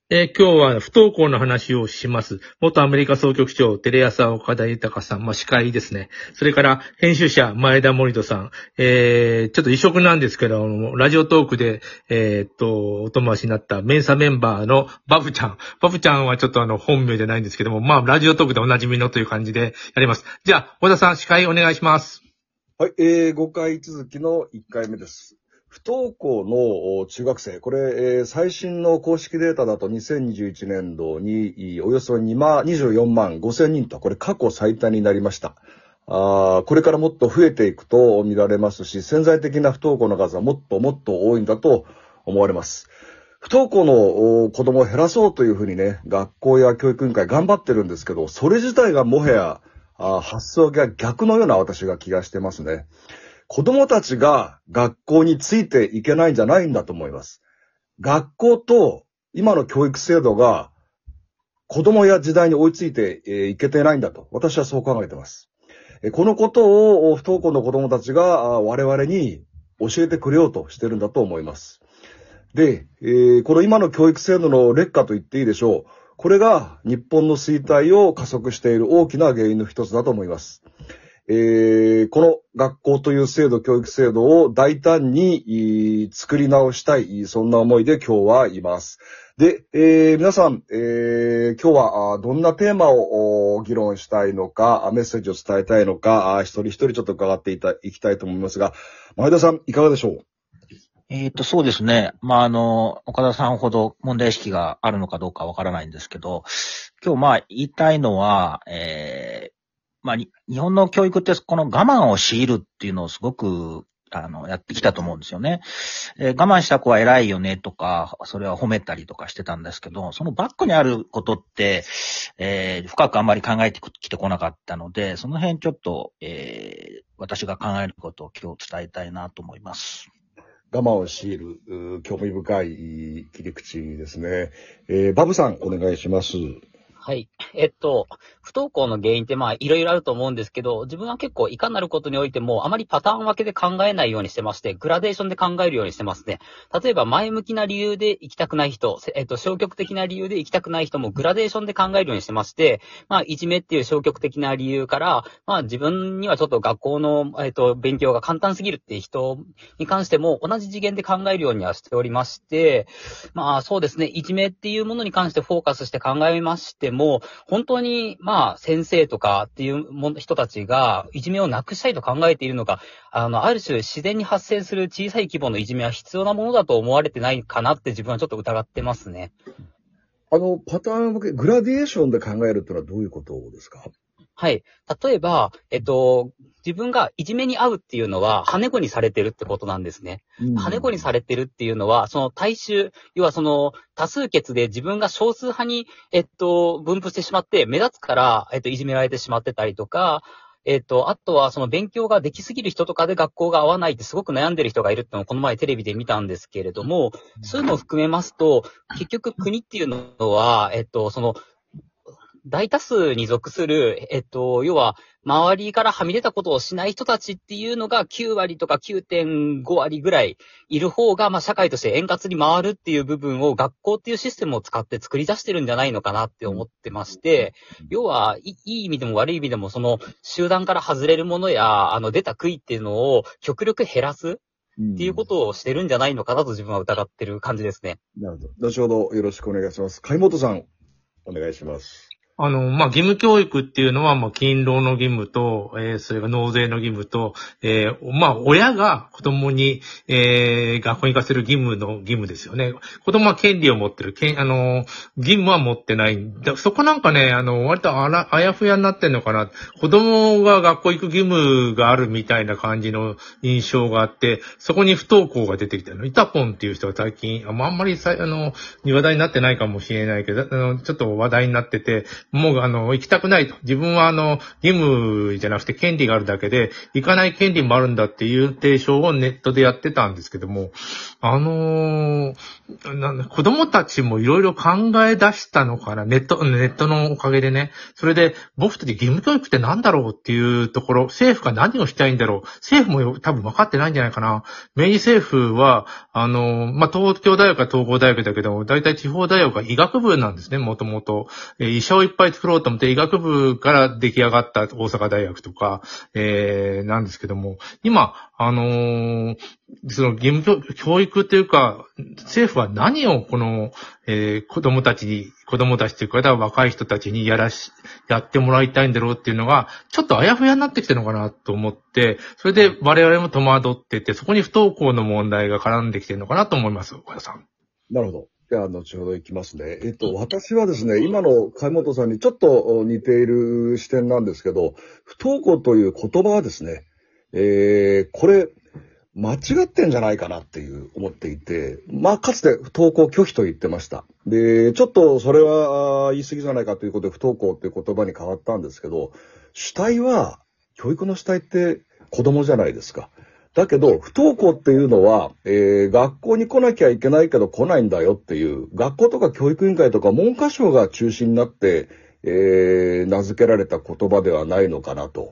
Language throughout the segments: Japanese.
今日は不登校の話をします。元アメリカ総局長、テレ朝岡田豊さん、司会ですね。それから、編集者、前田森人さん。ちょっと異色なんですけど、ラジオトークで、お友達になったメンサメンバーのバブちゃん。バブちゃんはちょっと本名じゃないんですけども、ラジオトークでおなじみのという感じでやります。じゃあ、小田さん、司会お願いします。 はい、5回続きの1回目です。不登校の中学生、これ、最新の公式データだと2021年度におよそ24万5千人と、これ過去最多になりました。これからもっと増えていくと見られますし、潜在的な不登校の数はもっともっと多いんだと思われます。不登校の子供を減らそうというふうにね、学校や教育委員会頑張ってるんですけど、それ自体がもはや発想が逆のような私が気がしてますね。子供たちが学校についていけないんじゃないんだと思います。学校と今の教育制度が子供や時代に追いついていけていないんだと、私はそう考えています。このことを不登校の子供たちが我々に教えてくれようとしてるんだと思います。で、この今の教育制度の劣化と言っていいでしょう。これが日本の衰退を加速している大きな原因の一つだと思います。この学校という制度、教育制度を大胆に作り直したい、そんな思いで今日はいます。で、皆さん、今日はどんなテーマを議論したいのか、メッセージを伝えたいのか、一人一人ちょっと伺っていきたいと思いますが、前田さん、いかがでしょう？ そうですね。岡田さんほど問題意識があるのかどうかわからないんですけど、今日言いたいのは、日本の教育ってこの我慢を強いるっていうのをすごく、やってきたと思うんですよね。我慢した子は偉いよねとか、それは褒めたりとかしてたんですけど、そのバックにあることって、深くあんまり考えてきてこなかったので、その辺ちょっと、私が考えることを今日伝えたいなと思います。 我慢を強いる、興味深い切り口ですね。バブさん、お願いします。 はい。不登校の原因っていろいろあると思うんですけど、自分は結構いかなることにおいてもあまりパターン分けで考えないようにしてまして、グラデーションで考えるようにしてますね。例えば前向きな理由で行きたくない人、消極的な理由で行きたくない人もグラデーションで考えるようにしてまして、いじめっていう消極的な理由から、自分にはちょっと学校の、勉強が簡単すぎるっていう人に関しても同じ次元で考えるようにはしておりまして、そうですね、いじめっていうものに関してフォーカスして考えましても、本当に、先生とかっていう人たちが、いじめをなくしたいと考えているのか、ある種自然に発生する小さい規模のいじめは必要なものだと思われてないかなって自分はちょっと疑ってますね。 パターン分け、グラデーションで考えるというのはどういうことですか？ はい。例えば、自分がいじめに遭うっていうのは、跳ね子にされてるってことなんですね。跳ね子にされてるっていうのは、その大衆、要はその多数決で自分が少数派に、分布してしまって、目立つから、いじめられてしまってたりとか、あとはその勉強ができすぎる人とかで学校が合わないってすごく悩んでる人がいるってのをこの前テレビで見たんですけれども、そういうのを含めますと、結局国っていうのは、その、大多数に属する、要は、周りからはみ出たことをしない人たちっていうのが9割とか 9.5 割ぐらいいる方が、社会として円滑に回るっていう部分を学校っていうシステムを使って作り出してるんじゃないのかなって思ってまして、要は、いい意味でも悪い意味でも、その、集団から外れるものや、出た杭っていうのを極力減らすっていうことをしてるんじゃないのかなと自分は疑ってる感じですね。 なるほど。後ほどよろしくお願いします。貝本さん、お願いします。 義務教育っていうのは、勤労の義務と、それから納税の義務と、親が子供に、学校に行かせる義務ですよね。子供は権利を持ってる、義務は持ってない。そこなんかね、割とあやふやになってんのかな。子供が学校行く義務があるみたいな感じの印象があって、そこに不登校が出てきたの。イタポンっていう人が最近、あんまり話題になってないかもしれないけど、ちょっと話題になってて、 もう行きたくないと。自分は義務じゃなくて権利があるだけで、行かない権利もあるんだっていう提唱をネットでやってたんですけども、子供たちもいろいろ考え出したのかな。ネットのおかげでね。それで、僕たち義務教育って何だろうっていうところ、政府が何をしたいんだろう。政府も多分分かってないんじゃないかな。明治政府は、東京大学は東工大学だけど、大体地方大学は医学部なんですね、もともと。医者をいっぱい作ろうと思って医学部から出来上がった大阪大学とか、なんですけども、今、その義務教育というか、政府は何を子供たちというか、若い人たちにやってもらいたいんだろうっていうのが、ちょっとあやふやになってきてるのかなと思って、それで我々も戸惑ってて、そこに不登校の問題が絡んできてるのかなと思います、岡田さん。 なるほど。では、後ほど行きますね。私はですね、今の貝本さんにちょっと似ている視点なんですけど、不登校という言葉はですね、これ、間違ってんじゃないかなって思っていて、かつて不登校拒否と言ってました。で、ちょっとそれは言い過ぎじゃないかということで不登校っていう言葉に変わったんですけど、教育の主体って子供じゃないですか。だけど、不登校っていうのは、学校に来なきゃいけないけど来ないんだよっていう、学校とか教育委員会とか文科省が中心になって、名付けられた言葉ではないのかなと。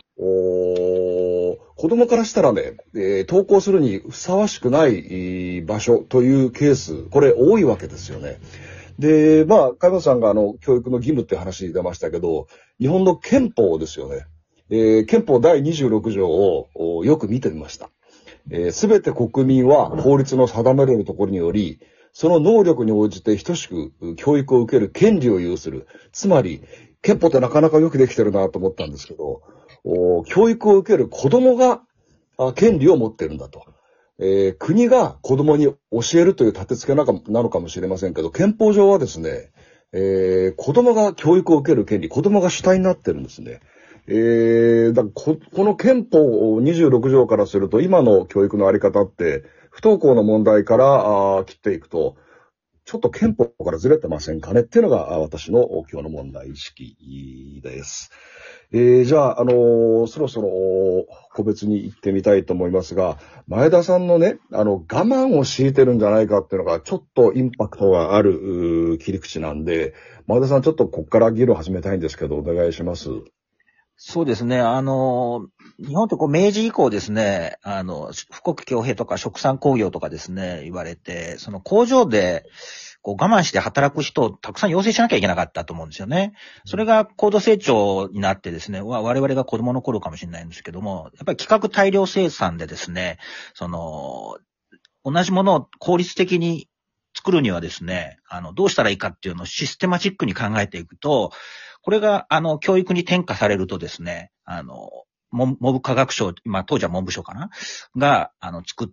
子供からしたらね、登校するにふさわしくない場所というケース、これ多いわけですよね。で、貝本さんが教育の義務って話出ましたけど、日本の憲法ですよね。憲法第26条をよく見てみました。すべて国民は法律の定められるところにより、その能力に応じて等しく教育を受ける権利を有する。つまり、憲法ってなかなかよくできてるなと思ったんですけど、教育を受ける子供が権利を持ってるんだと。国が子供に教えるという立て付けなのかもしれませんけど、憲法上はですね、子供が教育を受ける権利、子供が主体になってるんですね。この憲法26条からすると、今の教育のあり方って、不登校の問題から切っていくと、ちょっと憲法からずれてませんかねっていうのが私の今日の問題意識です。じゃあ、そろそろ個別に行ってみたいと思いますが、前田さんのね、我慢を強いてるんじゃないかっていうのがちょっとインパクトがある切り口なんで、前田さんちょっとこっから議論始めたいんですけど、お願いします。 そうですね。日本って明治以降ですね、富国強兵とか殖産工業とかですね、言われて、その工場で、我慢して働く人をたくさん養成しなきゃいけなかったと思うんですよね。それが高度成長になってですね、我々が子供の頃かもしれないんですけども、やっぱり規格大量生産でですね、同じものを効率的に作るにはですね、どうしたらいいかっていうのをシステマチックに考えていくと、これが、教育に転嫁されるとですね、文部科学省、当時は文部省かなが、作った、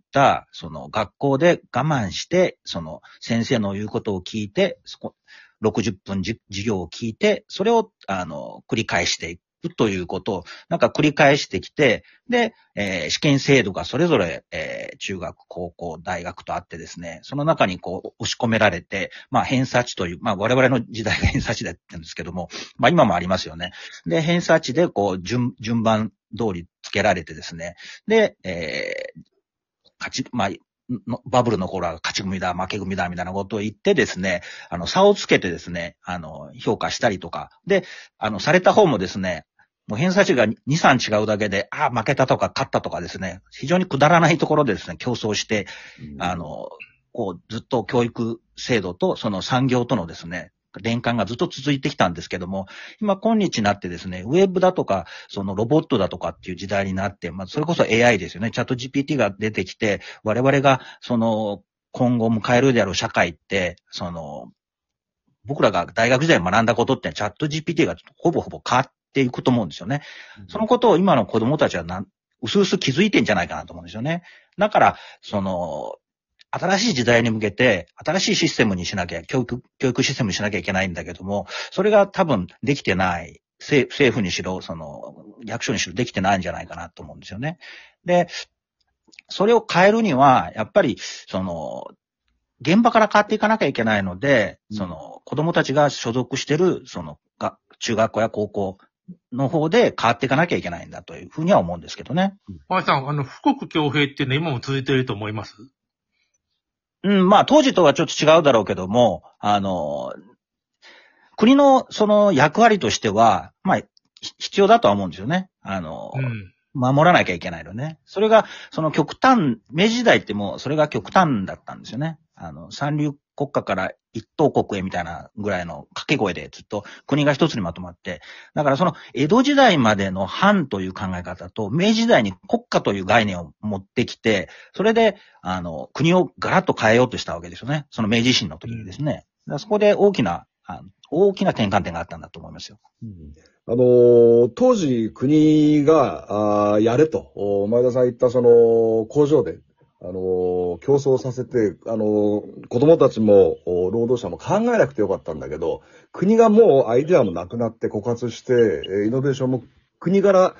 学校で我慢して、先生の言うことを聞いて、60分授業を聞いて、それを、繰り返していくということを、繰り返してきて、で、試験制度がそれぞれ、中学、高校、大学とあってですね、その中に押し込められて、偏差値という、我々の時代が偏差値だったんですけども、今もありますよね。で、偏差値で順番通りつけられてですね、で、バブルの頃は勝ち組だ、負け組だ、みたいなことを言ってですね、差をつけてですね、評価したりとか、で、された方もですね、もう偏差値が2、3違うだけで、負けたとか勝ったとかですね、非常にくだらないところでですね、競争して、ずっと教育制度とその産業とのですね、連関がずっと続いてきたんですけども、今日になってですね、ウェブだとか、ロボットだとかっていう時代になって、それこそ AI ですよね、チャット GPT が出てきて、我々が今後迎えるであろう社会って、僕らが大学時代に学んだことってチャット GPT がほぼ変わっていくと思うんですよね。そのことを今の子供たちは薄々気づいてんじゃないかなと思うんですよね。だから、新しい時代に向けて、新しいシステムにしなきゃ、教育システムにしなきゃいけないんだけども、それが多分できてない。政府にしろ、役所にしろできてないんじゃないかなと思うんですよね。で、それを変えるには、やっぱり、現場から変わっていかなきゃいけないので、子供たちが所属してる、 中学校や高校の方で変わっていかなきゃいけないんだというふうには思うんですけどね。 前さん、富国強兵っていうのは今も続いていると思います？ まあ当時とはちょっと違うだろうけども、国のその役割としては、まあ、必要だとは思うんですよね。守らなきゃいけないのね。それが、その極端、明治時代ってもうそれが極端だったんですよね。三流国家から一等国へみたいなぐらいの掛け声でずっと国が一つにまとまって、だからその江戸時代までの藩という考え方と、明治時代に国家という概念を持ってきて、それで、国をガラッと変えようとしたわけですよね。その明治維新の時にですね。だからそこで大きな転換点があったんだと思いますよ。 当時国が、やれと、前田さん言ったその工場で、競争させて、子供たちも、労働者も考えなくてよかったんだけど、国がもうアイデアもなくなって枯渇して、イノベーションも国から、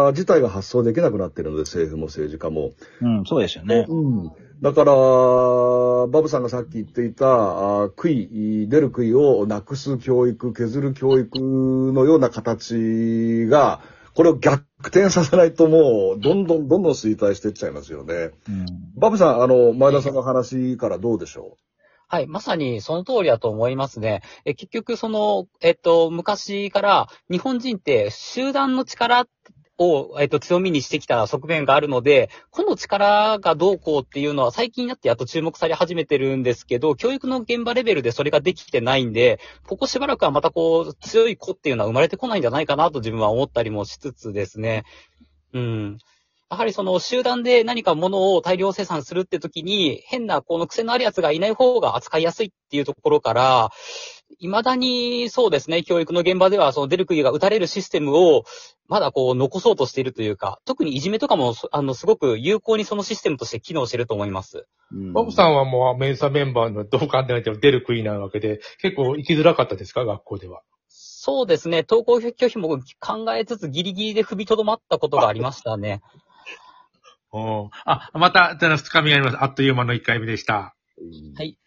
自体が発想できなくなっているので、政府も政治家も。 そうですよね。 だから、バブさんがさっき言っていた、出る杭をなくす教育、削る教育のような形が、これを逆転させないともう、どんどん衰退していっちゃいますよね。バブさん、前田さんの話からどうでしょう？ はい、まさにその通りだと思いますね。結局昔から日本人って集団の力を、強みにしてきた側面があるので、この力がどうこうっていうのは最近になってやっと注目され始めてるんですけど、教育の現場レベルでそれができてないんで、ここしばらくはまた強い子っていうのは生まれてこないんじゃないかなと自分は思ったりもしつつですね。やはりその集団で何か物を大量生産するって時に、変な癖のあるやつがいない方が扱いやすいっていうところから、未だにそうですね、教育の現場ではその出る杭が打たれるシステムをまだ残そうとしているというか、特にいじめとかもすごく有効にそのシステムとして機能していると思います。 バブさんはもうメンサメンバーのどう考えても出る杭なわけで、結構行きづらかったですか、学校では？ そうですね、登校拒否も考えつつギリギリで踏みとどまったことがありましたね。 また、2日目やります。あっという間の1回目でした。 はい。